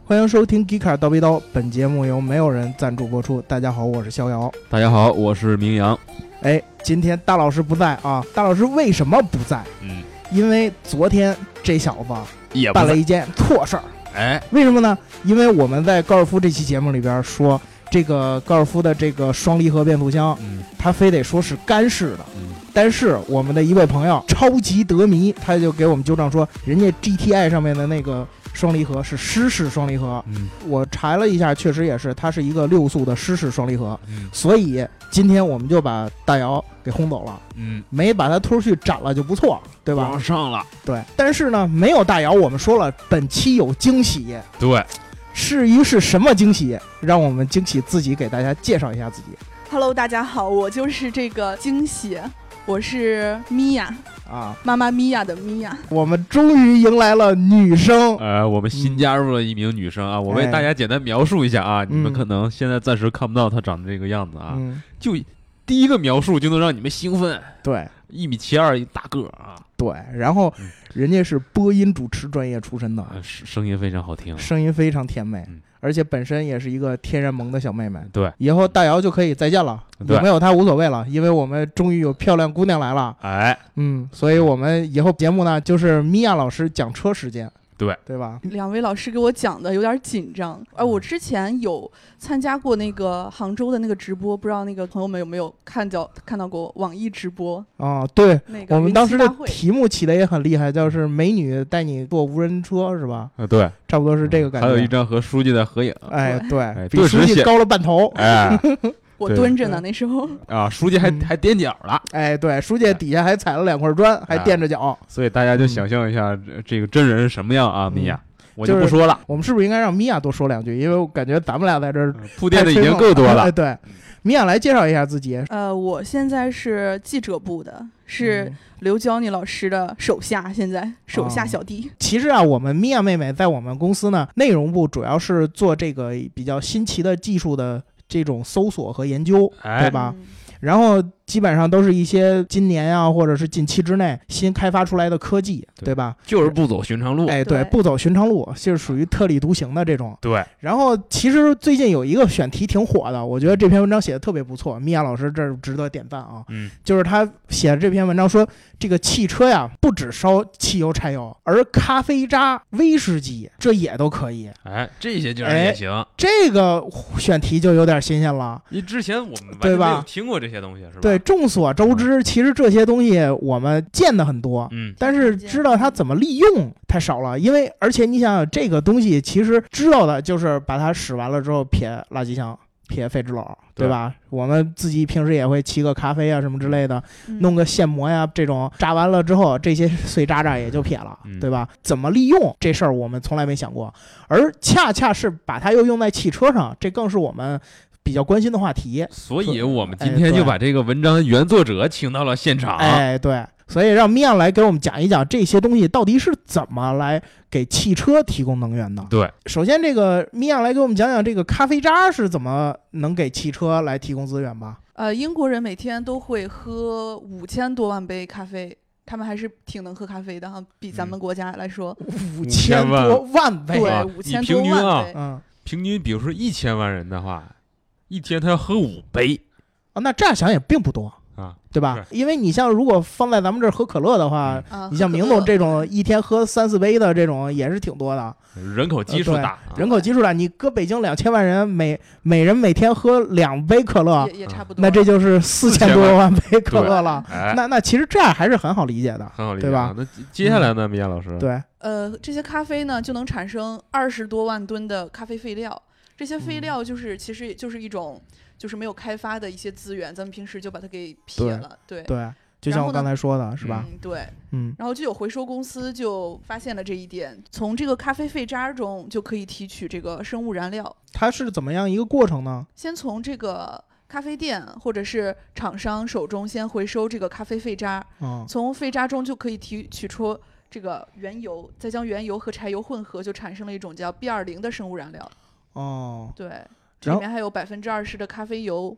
欢迎收听《g 卡刀逼刀》，本节目由没有人赞助播出。大家好，我是逍遥。 大家好，我是明阳。 今天大老师不在啊，大老师为什么不在？因为昨天这小子也办了一件错事儿。为什么呢？因为我们在高尔夫这期节目里边说，这个高尔夫的这个双离合变速箱，他非得说是干式的。但是我们的一位朋友超级德迷，他就给我们纠正说，人家 GTI 上面的那个双离合是湿式双离合。我查了一下，确实也是，它是一个6速的湿式双离合。所以今天我们就把大姚给轰走了。没把他拖出去斩了就不错，对吧？ 往上了。 对，但是呢，没有大姚，我们说了，本期有惊喜。 对， 至于是什么惊喜，让我们惊喜自己给大家介绍一下自己。 Hello， 大家好，我就是这个惊喜。我是米娅啊， 妈妈咪呀的米娅。 我们终于迎来了女生， 我们新加入了一名女生啊，我为大家简单描述一下啊，你们可能现在暂时看不到她长的这个样子啊，就第一个描述就能让你们兴奋。 对 ，1.72米，一大个啊。对， 然后人家是播音主持专业出身的， 声音非常好听， 声音非常甜美。而且本身也是一个天然萌的小妹妹。 对， 以后大姚就可以再见了，有没有她无所谓了，因为我们终于有漂亮姑娘来了。所以我们以后节目呢就是米娅老师讲车时间。对吧？ 两位老师给我讲的有点紧张。我之前有参加过那个杭州的那个直播，不知道那个朋友们有没有看到过网易直播？ 对， 那个我们当时的题目起的也很厉害，就是美女带你坐无人车，是吧？ 对， 差不多是这个感觉。 还有一张和书记的合影。 对，比书记高了半头。 我蹲着呢，那时候书记还踮脚了。 对，书记底下还踩了2块砖，还垫着脚。 所以大家就想象一下这个真人是什么样啊，米娅。我就不说了。 我们是不是应该让米娅多说2句？因为我感觉咱们俩在这儿铺垫的已经够多了。 对，米娅来介绍一下自己。 我现在是记者部的，是刘娇妮老师的手下，现在手下小弟。 其实啊，我们米娅妹妹在我们公司呢，内容部主要是做这个比较新奇的技术的这种搜索和研究，对吧？然后基本上都是一些今年啊，或者是近期之内新开发出来的科技，对吧？ 就是不走寻常路。 对，不走寻常路，就是属于特立独行的这种。 对。 然后其实最近有一个选题挺火的，我觉得这篇文章写的特别不错，米娅老师这儿值得点赞啊。就是他写的这篇文章说，这个汽车呀，不只烧汽油、柴油，而咖啡渣、威士忌这也都可以。 这些竟然也行。 这个选题就有点新鲜了。 你之前我们完全没有听过这些东西，是吧？ 对，众所周知，其实这些东西我们见的很多，但是知道它怎么利用太少了。因为而且你想想，这个东西其实知道的就是把它使完了之后撇垃圾箱，撇废纸篓，对吧？我们自己平时也会沏个咖啡啊什么之类的，弄个现磨呀，这种炸完了之后，这些碎渣渣也就撇了，对吧？怎么利用这事儿我们从来没想过，而恰恰是把它又用在汽车上，这更是我们比较关心的话题。 所以我们今天就把这个文章原作者请到了现场。 对，所以让米娅来给我们讲一讲这些东西到底是怎么来给汽车提供能源的。 对， 首先这个米娅来给我们讲讲这个咖啡渣是怎么能给汽车来提供资源吧。 英国人每天都会喝5000多万杯咖啡，他们还是挺能喝咖啡的哈，比咱们国家来说。 5000多万杯， 对，5000多万杯。 平均比如说1000万人的话，一天他要喝5杯那这样想也并不多对吧？因为你像如果放在咱们这儿喝可乐的话，你像明总这种一天喝3-4杯的这种也是挺多的。 人口基数大， 人口基数大，你搁北京2000万人，每人每天喝2杯可乐， 也差不多。 那这就是4000多万杯可乐了。那其实这样还是很好理解的， 很好理解， 对吧？ 那接下来呢，米娅老师？ 对， 这些咖啡呢就能产生20多万吨的咖啡废料，这些废料其实就是一种就是没有开发的一些资源，咱们平时就把它给撇了。对， 就像我刚才说的是吧？ 对，然后就有回收公司就发现了这一点，从这个咖啡废渣中就可以提取这个生物燃料。 它是怎么样一个过程呢？ 先从这个咖啡店或者是厂商手中先回收这个咖啡废渣，从废渣中就可以提取出这个原油，再将原油和柴油混合，就产生了一种叫 B20 的生物燃料。对，这里面还有20%的咖啡油。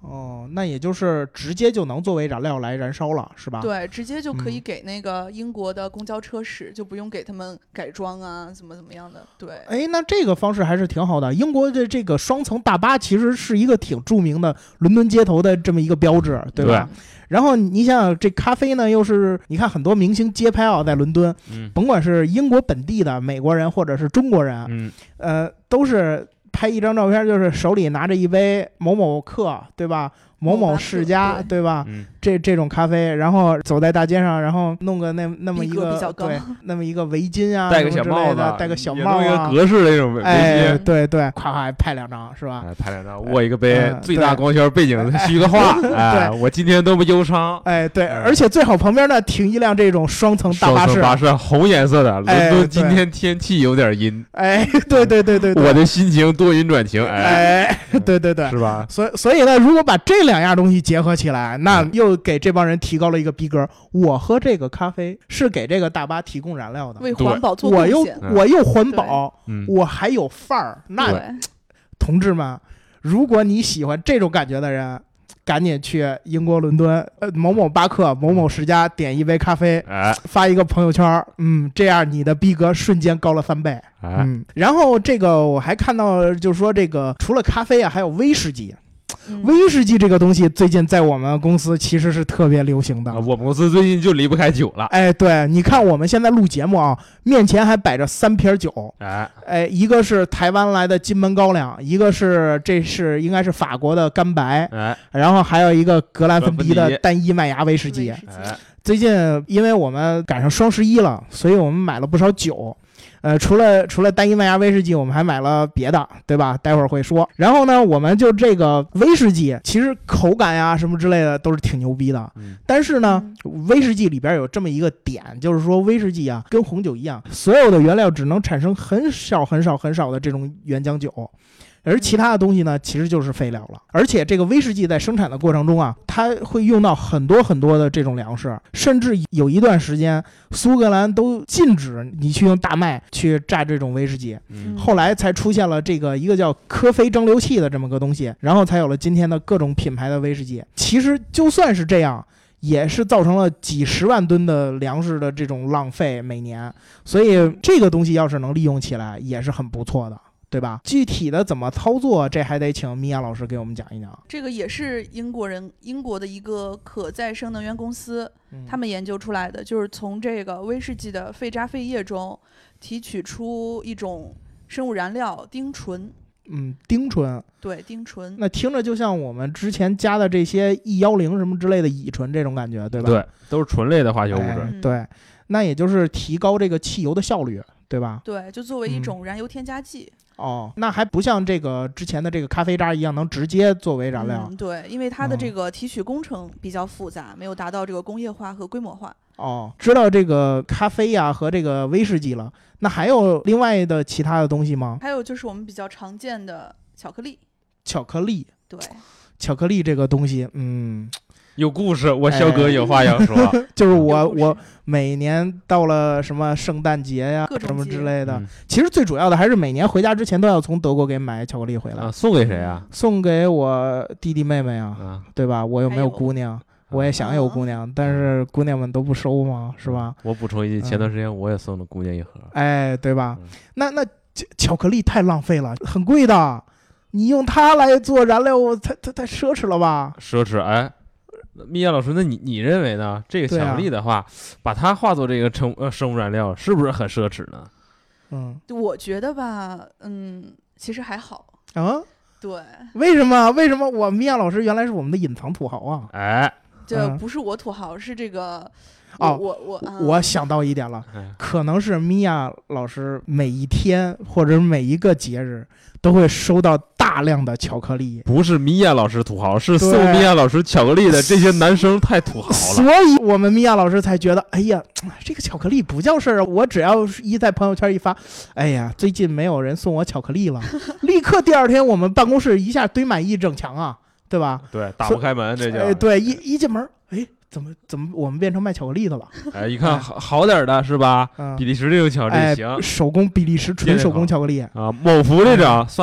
哦，那也就是直接就能作为燃料来燃烧了，是吧？ 对，直接就可以给那个英国的公交车使，就不用给他们改装啊，怎么样的。对， 哎，那这个方式还是挺好的。英国的这个双层大巴其实是一个挺著名的伦敦街头的这么一个标志，对吧？对。然后你想想，这咖啡呢，又是你看很多明星街拍啊，在伦敦，甭管是英国本地的美国人或者是中国人，都是拍一张照片，就是手里拿着一杯某某客，对吧？某某世家，对吧？这种咖啡，然后走在大街上，然后弄个那么一个对，那么一个围巾啊， 戴个小帽子， 戴个小帽啊， 格式的那种围巾， 哎，对，夸拍2张是吧？ 拍2张，握一个杯，最大光圈背景虚个画，哎，我今天多么忧伤， 哎，对，而且最好旁边呢停一辆这种双层大巴士， 巴士红颜色的，伦敦今天天气有点阴， 哎，对， 我的心情多云转晴， 哎，对， 是吧？ 所以呢，如果把这2样东西结合起来，那又给这帮人提高了一个逼格。我喝这个咖啡是给这个大巴提供燃料的， 为环保做贡献。 我又环保，我还有范儿。那同志们，如果你喜欢这种感觉的人，赶紧去英国伦敦某某巴克某某世家点一杯咖啡，发一个朋友圈，这样你的逼格瞬间高了3倍。然后这个我还看到，就是说这个除了咖啡啊，还有威士忌。威士忌这个东西最近在我们公司其实是特别流行的， 我们公司最近就离不开酒了。 哎，对，你看我们现在录节目啊，面前还摆着3瓶酒，一个是台湾来的金门高粱，一个是应该是法国的干白，然后还有一个格兰芬迪的单一麦芽威士忌。最近因为我们赶上双11了，所以我们买了不少酒。除了单一麦芽威士忌，我们还买了别的，对吧？待会儿会说。然后呢，我们就这个威士忌，其实口感呀什么之类的都是挺牛逼的。但是呢，威士忌里边有这么一个点，就是说威士忌啊，跟红酒一样，所有的原料只能产生很少的这种原浆酒。而其他的东西呢，其实就是废料了。而且这个威士忌在生产的过程中啊，它会用到很多的这种粮食，甚至有一段时间，苏格兰都禁止你去用大麦去榨这种威士忌。后来才出现了这个一个叫科菲蒸馏器的这么个东西，然后才有了今天的各种品牌的威士忌。其实就算是这样，也是造成了几10万吨的粮食的这种浪费每年。所以这个东西要是能利用起来，也是很不错的。对吧？具体的怎么操作，这还得请米娅老师给我们讲一讲。 这个也是英国的一个可再生能源公司，他们研究出来的，就是从这个威士忌的废渣废液中提取出一种生物燃料丁醇。 丁醇。 对，丁醇。 那听着就像我们之前加的这些E10什么之类的乙醇这种感觉，对吧？ 对，都是醇类的化学物质。 对，那也就是提高这个汽油的效率，对吧？ 对，就作为一种燃油添加剂。 那还不像这个之前的这个咖啡渣一样能直接作为燃料。 对，因为它的这个提取工程比较复杂，没有达到这个工业化和规模化。 知道这个咖啡呀和这个威士忌了，那还有另外的其他的东西吗？ 还有就是我们比较常见的巧克力。对， 巧克力这个东西， 有故事，我肖哥有话要说。 就是我每年到了什么圣诞节呀什么之类的，其实最主要的还是每年回家之前都要从德国给买巧克力回来。 送给谁啊？ 送给我弟弟妹妹啊，对吧？我又没有姑娘，我也想有姑娘，但是姑娘们都不收嘛，是吧？ 我补充一句，前段时间我也送了姑娘1盒。 哎，对吧？那巧克力太浪费了，很贵的，你用它来做燃料，太奢侈了吧？ 奢侈，哎。米娅老师，那你认为呢？这个巧克力的话，把它化作这个生物燃料，是不是很奢侈呢？ 我觉得吧，其实还好啊。 对， 为什么？我米娅老师原来是我们的隐藏土豪啊！ 哎， 这不是我土豪，是这个。 我想到一点了，可能是米娅老师每一天或者每一个节日都会收到大量的巧克力。 不是米娅老师土豪，是送米娅老师巧克力的这些男生太土豪了。 所以我们米娅老师才觉得，哎呀，这个巧克力不叫事儿啊！我只要在朋友圈一发，哎呀，最近没有人送我巧克力了，立刻第2天我们办公室一下堆满1整墙啊，对吧？ 对，打不开门，这叫。 对，一进门，哎。怎么我们变成卖巧克力的了？ 哎，一看好点的是吧？比利时这种巧克力行， 手工比利时纯手工巧克力啊，某福这种算了，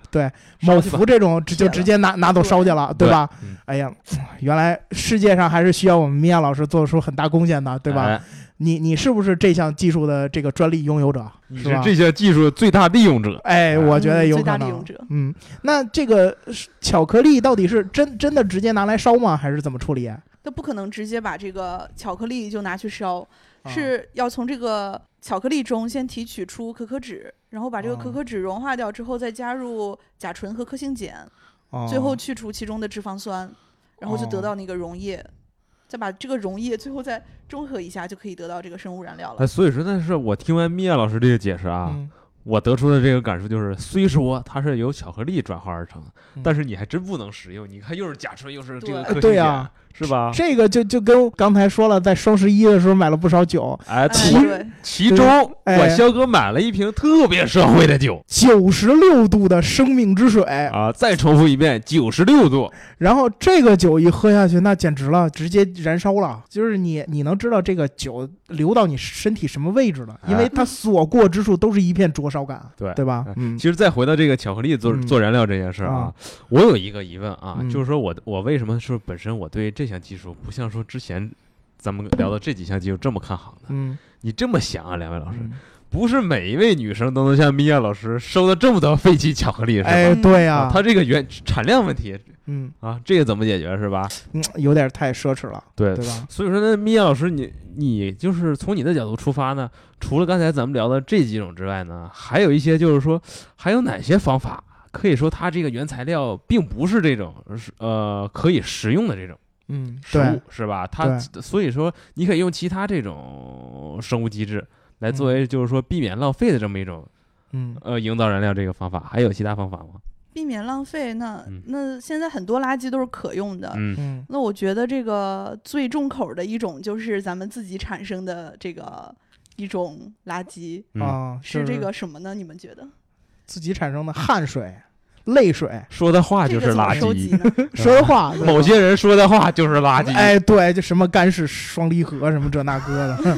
对，某福这种就直接拿走烧去了，对吧？哎呀，原来世界上还是需要我们米娅老师做出很大贡献的，对吧？你是不是这项技术的这个专利拥有者？ 你是这项技术最大利用者？ 哎，我觉得有可能。 最大利用者。 那这个巧克力到底是真的直接拿来烧吗？还是怎么处理？ 那不可能直接把这个巧克力就拿去烧，是要从这个巧克力中先提取出可可脂，然后把这个可可脂融化掉之后，再加入甲醇和克星碱，最后去除其中的脂肪酸，然后就得到那个溶液。再把这个溶液最后再中和一下，就可以得到这个生物燃料了。 所以说，但是我听完米娅老师这个解释啊，我得出的这个感受就是，虽说它是由巧克力转化而成，但是你还真不能食用。你看，又是甲醇，又是这个克星碱，是吧？ 这个就跟刚才说了，在双11的时候买了不少酒， 其中我肖哥买了一瓶特别社会的酒 ，96度的生命之水啊！再重复一遍，96度。 然后这个酒一喝下去，那简直了，直接燃烧了。就是你能知道这个酒流到你身体什么位置了，因为它所过之处都是一片灼烧感，对吧？ 其实再回到这个巧克力做燃料这件事啊，我有一个疑问啊，就是说我为什么说本身我对这项技术不像说之前咱们聊的这几项技术这么看好呢？你这么想啊，两位老师，不是每一位女生都能像米娅老师收到这么多废弃巧克力，是吧？ 哎，对呀， 它这个产量问题，这个怎么解决是吧？ 有点太奢侈了，对吧？ 所以说呢，米娅老师，你就是从你的角度出发呢，除了刚才咱们聊的这几种之外呢，还有一些就是说，还有哪些方法可以说它这个原材料并不是这种可以食用的这种食物，是吧？它所以说你可以用其他这种生物机制来作为就是说避免浪费的这么一种营造燃料这个方法，还有其他方法吗？ 避免浪费，那现在很多垃圾都是可用的。那我觉得这个最重口的一种就是咱们自己产生的这个一种垃圾是这个什么呢？你们觉得？ 自己产生的汗水、泪水， 说的话就是垃圾。 说的话， 某些人说的话就是垃圾。 哎，对，就什么干式双离合什么这那个的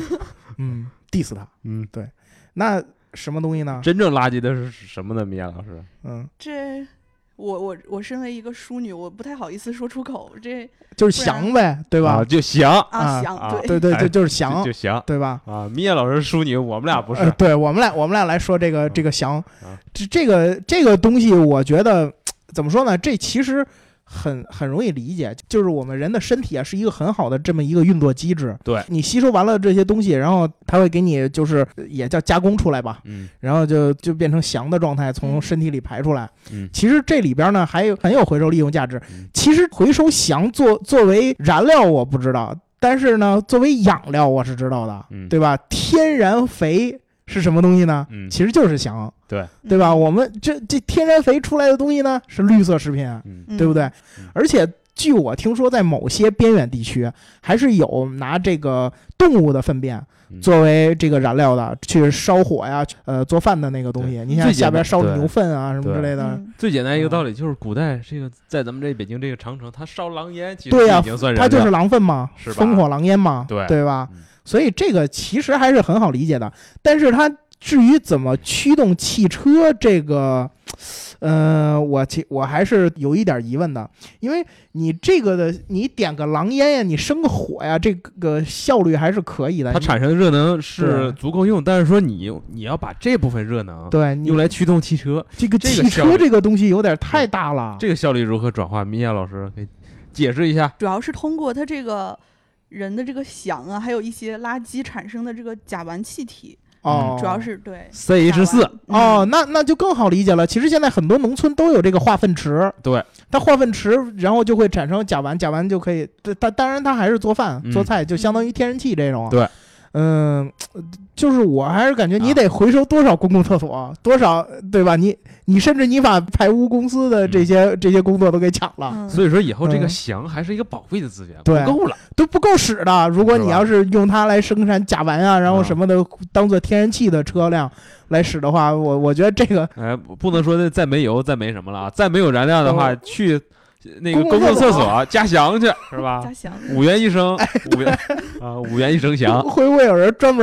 ，diss 他。对，那。什么东西呢？ 真正垃圾的是什么呢？米娅老师， 这我身为一个淑女，我不太好意思说出口，这就是翔呗，对吧？ 就翔翔， 对，就是翔， 就翔， 对吧？ 米娅老师是淑女，我们俩不是， 对我们俩来说这个翔，这个东西，我觉得怎么说呢？这其实。很容易理解，就是我们人的身体是一个很好的这么一个运作机制。 对， 你吸收完了这些东西，然后它会给你就是也叫加工出来吧，然后就变成翔的状态从身体里排出来。其实这里边呢还有很有回收利用价值。其实回收翔作为燃料我不知道，但是呢作为养料我是知道的，对吧？天然肥是什么东西呢？其实就是翔，对吧？我们这天然肥出来的东西呢是绿色食品，对不对？而且据我听说，在某些边远地区还是有拿这个动物的粪便作为这个燃料的，去烧火呀，做饭的那个东西。你像下边烧牛粪啊什么之类的。 最简单一个道理就是，古代这个在咱们这北京这个长城，它烧狼烟，其实对呀， 已经算它就是狼粪嘛， 是吧？ 烽火狼烟嘛，对吧？所以这个其实还是很好理解的，但是它至于怎么驱动汽车这个，我还是有一点疑问的，因为你这个的你点个狼烟呀，你生个火呀，这个效率还是可以的， 它产生的热能是足够用，但是说你要把这部分热能用来驱动汽车， 这个汽车这个东西有点太大了， 这个效率如何转化？米娅老师可以解释一下。 主要是通过它这个人的这个翔啊，还有一些垃圾产生的这个甲烷气体。主要是对 CH4 那就更好理解了。其实现在很多农村都有这个化粪池， 对， 它化粪池，然后就会产生甲烷，甲烷就可以，当然它还是做饭做菜，就相当于天然气这种。 对， 就是我还是感觉你得回收多少公共厕所，多少对吧？你甚至你把排污公司的这些工作都给抢了。 所以说以后这个翔还是一个宝贵的资源， 不够了， 都不够使的。如果你要是用它来生产甲烷啊，然后什么的，当做天然气的车辆来使的话，我觉得这个不能说再没油再没什么了啊，再没有燃料的话去。那个公共厕所加翔去是吧？加翔5元一升，5元一升翔。 会不会有人专门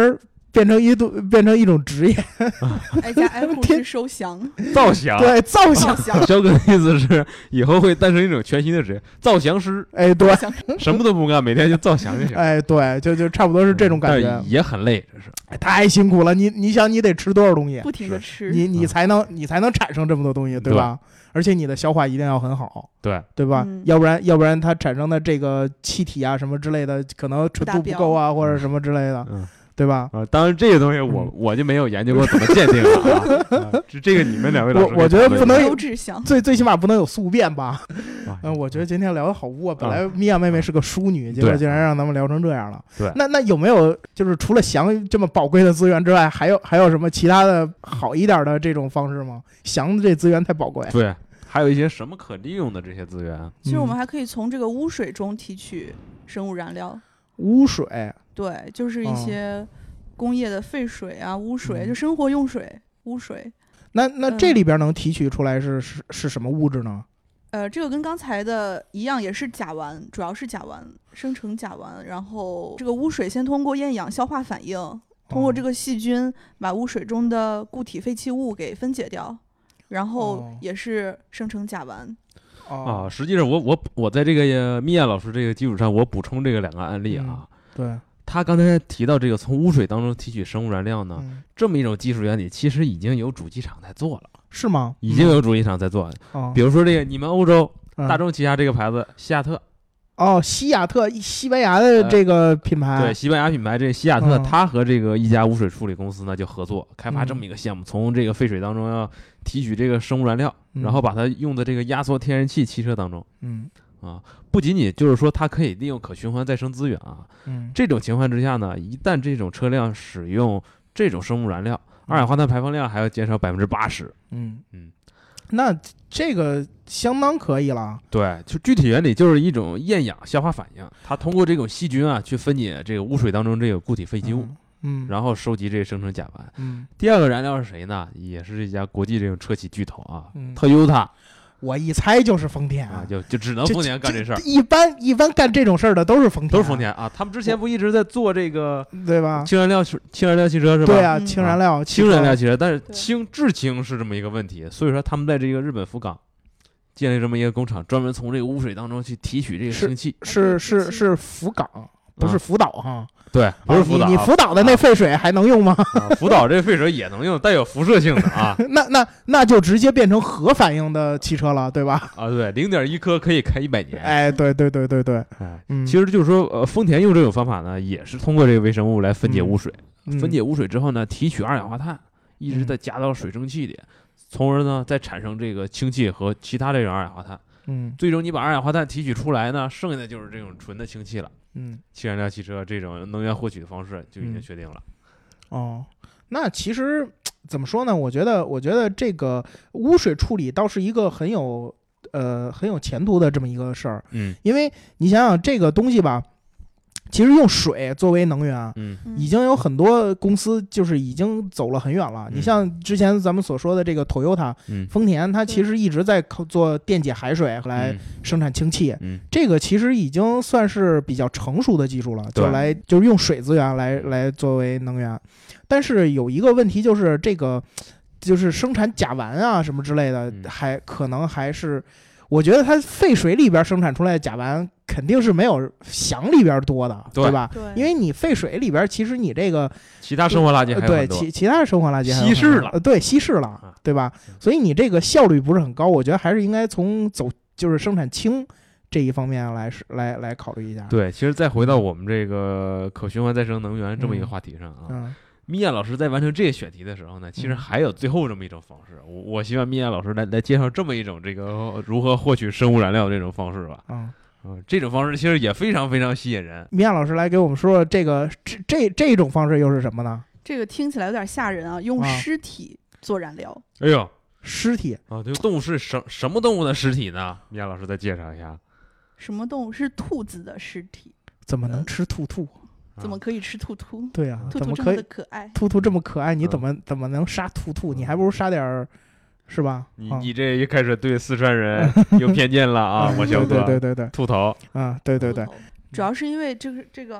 变成一种职业， 挨家挨户去收降， 造降， 对，造降。 肖哥的意思是以后会诞生一种全新的职业，造降师。 哎，对， 什么都不干，每天就造降就行。 哎，对，就差不多是这种感觉， 也很累，这是。 太辛苦了，你想你得吃多少东西， 不停的吃， 你才能产生这么多东西，对吧？而且你的消化一定要很好，对吧？要不然它产生的这个气体啊什么之类的，可能纯度不够啊，或者什么之类的，对吧？ 当然这个东西我就没有研究过怎么鉴定了啊。这个你们两位老师， 我觉得不能有志向， 最起码不能有宿便吧。我觉得今天聊得好污啊！本来米娅妹妹是个淑女，结果竟然让咱们聊成这样了。 对， 那有没有就是除了翔这么宝贵的资源之外，还有什么其他的好一点的这种方式吗？翔的这资源太宝贵。 对，还有一些什么可利用的这些资源？ 其实我们还可以从这个污水中提取生物燃料。 污水？ 对，就是一些工业的废水啊，污水，就生活用水，污水。 那这里边能提取出来是什么物质呢？ 这个跟刚才的一样，也是甲烷，主要是甲烷生成甲烷，然后这个污水先通过厌氧消化反应，通过这个细菌把污水中的固体废弃物给分解掉，然后也是生成甲烷。 实际上我在这个米娅老师这个基础上，我补充这个2个案例啊。 对。 他刚才提到这个从污水当中提取生物燃料呢，这么一种技术原理，其实已经有主机厂在做了。 是吗？ 已经有主机厂在做。比如说这个你们欧洲大众旗下这个牌子西亚特。 西亚特，西班牙的这个品牌。 对，西班牙品牌这个西亚特，它和这个一家污水处理公司呢就合作开发这么一个项目，从这个废水当中要提取这个生物燃料，然后把它用在这个压缩天然气汽车当中。不仅仅就是说它可以利用可循环再生资源啊，这种情况之下呢，一旦这种车辆使用这种生物燃料，二氧化碳排放量还要减少80%。 那这个相当可以了。 对，就具体原理就是一种厌氧消化反应，它通过这种细菌啊去分解这个污水当中这个固体废弃物，然后收集这个生成甲烷。第二个燃料是谁呢？也是一家国际这种车企巨头啊，Toyota。 我一猜就是丰田啊，就只能丰田干这事儿。 一般干这种事儿的都是丰田， 都是丰田啊。他们之前不一直在做这个， 对吧？ 氢燃料汽车是吧？ 对啊，氢燃料汽车，但是制氢是这么一个问题，所以说他们在这个日本福冈建立这么一个工厂，专门从这个污水当中去提取这个氢气。 是福冈，不是福岛哈。 对，不是福岛。 你福岛的那废水还能用吗？ 福岛这废水也能用，带有辐射性的啊。 那就直接变成核反应的汽车了，对吧？ 对，0.1颗可以开100年。 哎，对。 其实就是说，丰田用这种方法呢，也是通过这个微生物来分解污水，分解污水之后呢，提取二氧化碳，一直再加到水蒸气里，从而呢再产生这个氢气和其他这种二氧化碳。最终你把二氧化碳提取出来呢，剩下的就是这种纯的氢气了。氢燃料汽车这种能源获取的方式就已经确定了。 那其实怎么说呢？我觉得这个污水处理倒是一个很有前途的这么一个事儿。因为你想想这个东西吧，其实用水作为能源，已经有很多公司就是已经走了很远了。你像之前咱们所说的这个 Toyota，丰田，它其实一直在做电解海水来生产氢气，这个其实已经算是比较成熟的技术了，就是用水资源来作为能源。但是有一个问题就是这个就是生产甲烷啊什么之类的，可能还是。我觉得它废水里边生产出来的甲烷肯定是没有翔里边多的，对吧？ 对， 因为你废水里边其实你这个其他生活垃圾还有很多， 对，其他的生活垃圾稀释了， 对，稀释了，对吧？所以你这个效率不是很高，我觉得还是应该从就是生产氢这一方面来考虑一下。 对，其实再回到我们这个可循环再生能源这么一个话题上啊。米娅老师在完成这个选题的时候呢，其实还有最后这么一种方式。我希望米娅老师来介绍这么一种这个如何获取生物燃料的这种方式吧。这种方式其实也非常非常吸引人。 米娅老师来给我们说说这种方式又是什么呢？ 这个听起来有点吓人啊！用尸体做燃料。 哎呦， 尸体啊！这个动物是什么动物的尸体呢？米娅老师再介绍一下。 什么动物？是兔子的尸体。 怎么能吃兔？ 怎么可以吃兔？ 对呀， 兔这么的可爱， 兔这么可爱，你怎么能杀兔？你还不如杀点儿，是吧？ 你这一开始对四川人有偏见了啊！我小哥， 对， 兔头啊，对， 主要是因为这个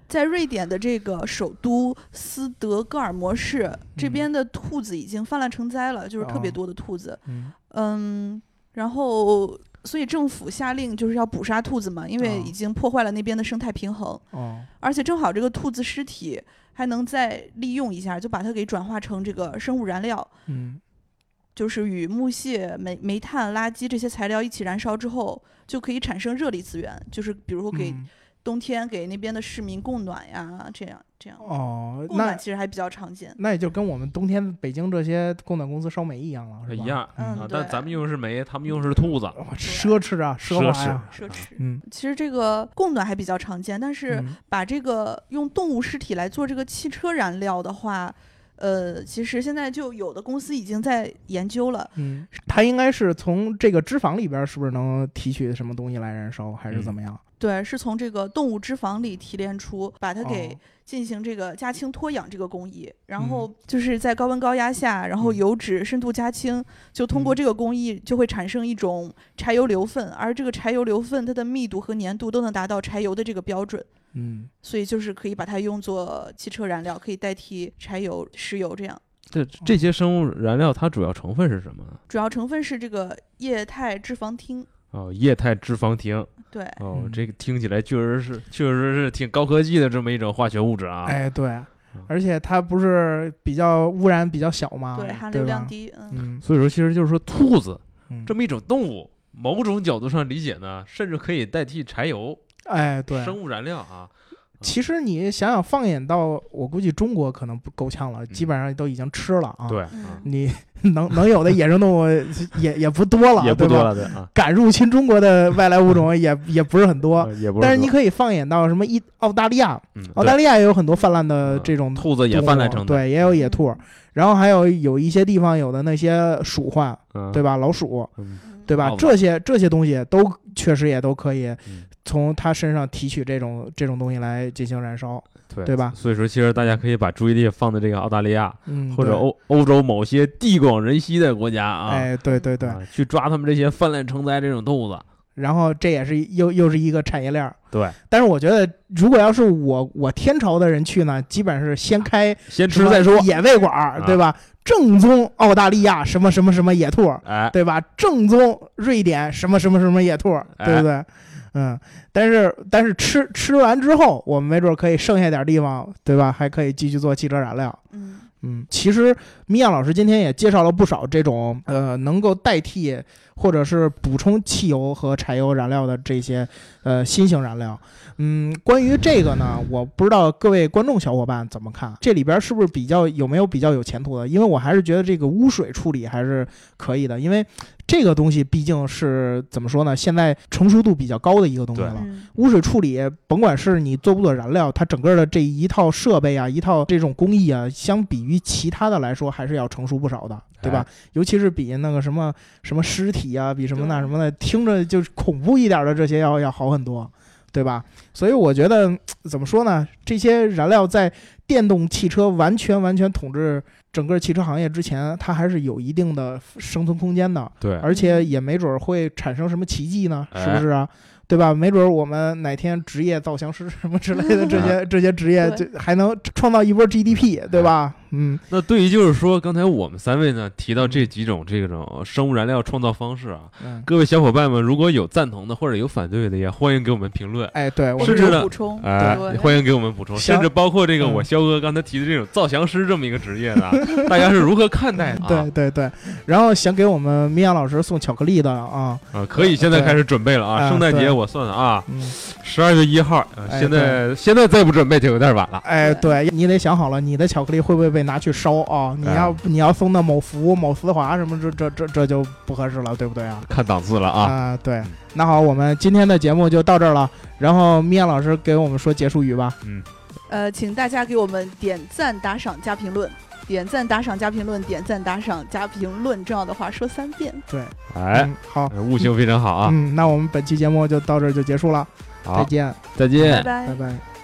在瑞典的这个首都斯德哥尔摩市这边的兔子已经泛滥成灾了，就是特别多的兔子。然后所以政府下令就是要捕杀兔子嘛，因为已经破坏了那边的生态平衡。而且正好这个兔子尸体还能再利用一下，就把它给转化成这个生物燃料。就是与木屑、煤炭、垃圾这些材料一起燃烧之后，就可以产生热力资源，就是比如说给冬天给那边的市民供暖呀，这样。供暖其实还比较常见。 那也就跟我们冬天北京这些供暖公司烧煤一样了，是吧？ 一样。但咱们用的是煤，他们用的是兔子， 奢侈啊，奢华呀， 奢侈。其实这个供暖还比较常见，但是把这个用动物尸体来做这个汽车燃料的话。其实现在就有的公司已经在研究了。 它应该是从这个脂肪里边是不是能提取什么东西来燃烧，还是怎么样？ 对，是从这个动物脂肪里提炼出，把它给进行这个加氢脱氧这个工艺，然后就是在高温高压下，然后油脂深度加氢，就通过这个工艺就会产生一种柴油硫分，而这个柴油硫分它的密度和粘度都能达到柴油的这个标准。所以就是可以把它用作汽车燃料，可以代替柴油、石油这样。 这些生物燃料它主要成分是什么呢？ 主要成分是这个液态脂肪烃。 液态脂肪烃。 对。 这个听起来确实是挺高科技的这么一种化学物质啊。 哎，对。而且它不是比较污染比较小吗？ 对，含硫量低。 所以说，其实就是说兔子这么一种动物，某种角度上理解呢，甚至可以代替柴油。 哎，对， 生物燃料啊。 其实你想想，放眼到我估计中国可能不够呛了，基本上都已经吃了啊。 对， 你能有的野生动物也不多了， 也不多了，对啊。敢入侵中国的外来物种也不是很多，但是你可以放眼到什么澳大利亚，澳大利亚也有很多泛滥的这种兔子也泛滥成灾， 对，也有野兔，然后还有一些地方有的那些鼠患，对吧？老鼠，对吧？这些东西都确实也都可以从它身上提取这种东西来进行燃烧，对吧？ 所以说，其实大家可以把注意力放在这个澳大利亚，或者欧洲某些地广人稀的国家啊， 哎，对， 去抓他们这些泛滥成灾这种兔子。 然后这也是又是一个产业链。 对， 但是我觉得，如果要是我天朝的人去呢，基本上是先吃再说， 野味馆，对吧？正宗澳大利亚什么什么什么野兔，对吧？正宗瑞典什么什么什么野兔，对不对？但是吃完之后，我们没准可以剩下点地方，对吧？还可以继续做汽车燃料。其实米娅老师今天也介绍了不少这种能够代替或者是补充汽油和柴油燃料的这些新型燃料。关于这个呢，我不知道各位观众小伙伴怎么看，这里边是不是有没有比较有前途的？因为我还是觉得这个污水处理还是可以的，因为这个东西毕竟是怎么说呢，现在成熟度比较高的一个东西了。污水处理甭管是你做不做燃料，它整个的这一套设备啊，一套这种工艺啊，相比于其他的来说还是要成熟不少的，对吧？尤其是比那个什么尸体啊，比什么那什么的，听着就是恐怖一点的这些要好很多，对吧？所以我觉得怎么说呢，这些燃料在电动汽车完全统治整个汽车行业之前，它还是有一定的生存空间的。 对， 而且也没准会产生什么奇迹呢，是不是啊？对吧？没准我们哪天职业造翔师什么之类的这些职业就还能创造一波 GDP， 对吧？ 那对于就是说刚才我们三位呢提到这几种这种生物燃料创造方式啊，各位小伙伴们如果有赞同的或者有反对的，也欢迎给我们评论。 哎，对， 甚至呢补充， 欢迎给我们补充，甚至包括这个我肖哥刚才提的这种造翔师这么一个职业呢，大家是如何看待的？ 对。然后想给我们米娅老师送巧克力的啊， 可以现在开始准备了啊，圣诞节我算了啊，12月1号，现在再不准备就有点晚了。 哎，对，你得想好了，你的巧克力会不会被拿去烧啊？你要送到某福、某丝滑什么，这就不合适了，对不对啊？ 看档次了啊！ 对，那好，我们今天的节目就到这儿了。然后米娅老师给我们说结束语吧。 请大家给我们点赞、打赏、加评论。点赞、打赏、加评论，点赞、打赏、加评论，这样的话说3遍。 对， 好，悟性非常好啊。 那我们本期节目就到这儿就结束了。再见， 再见， 拜拜。 拜拜。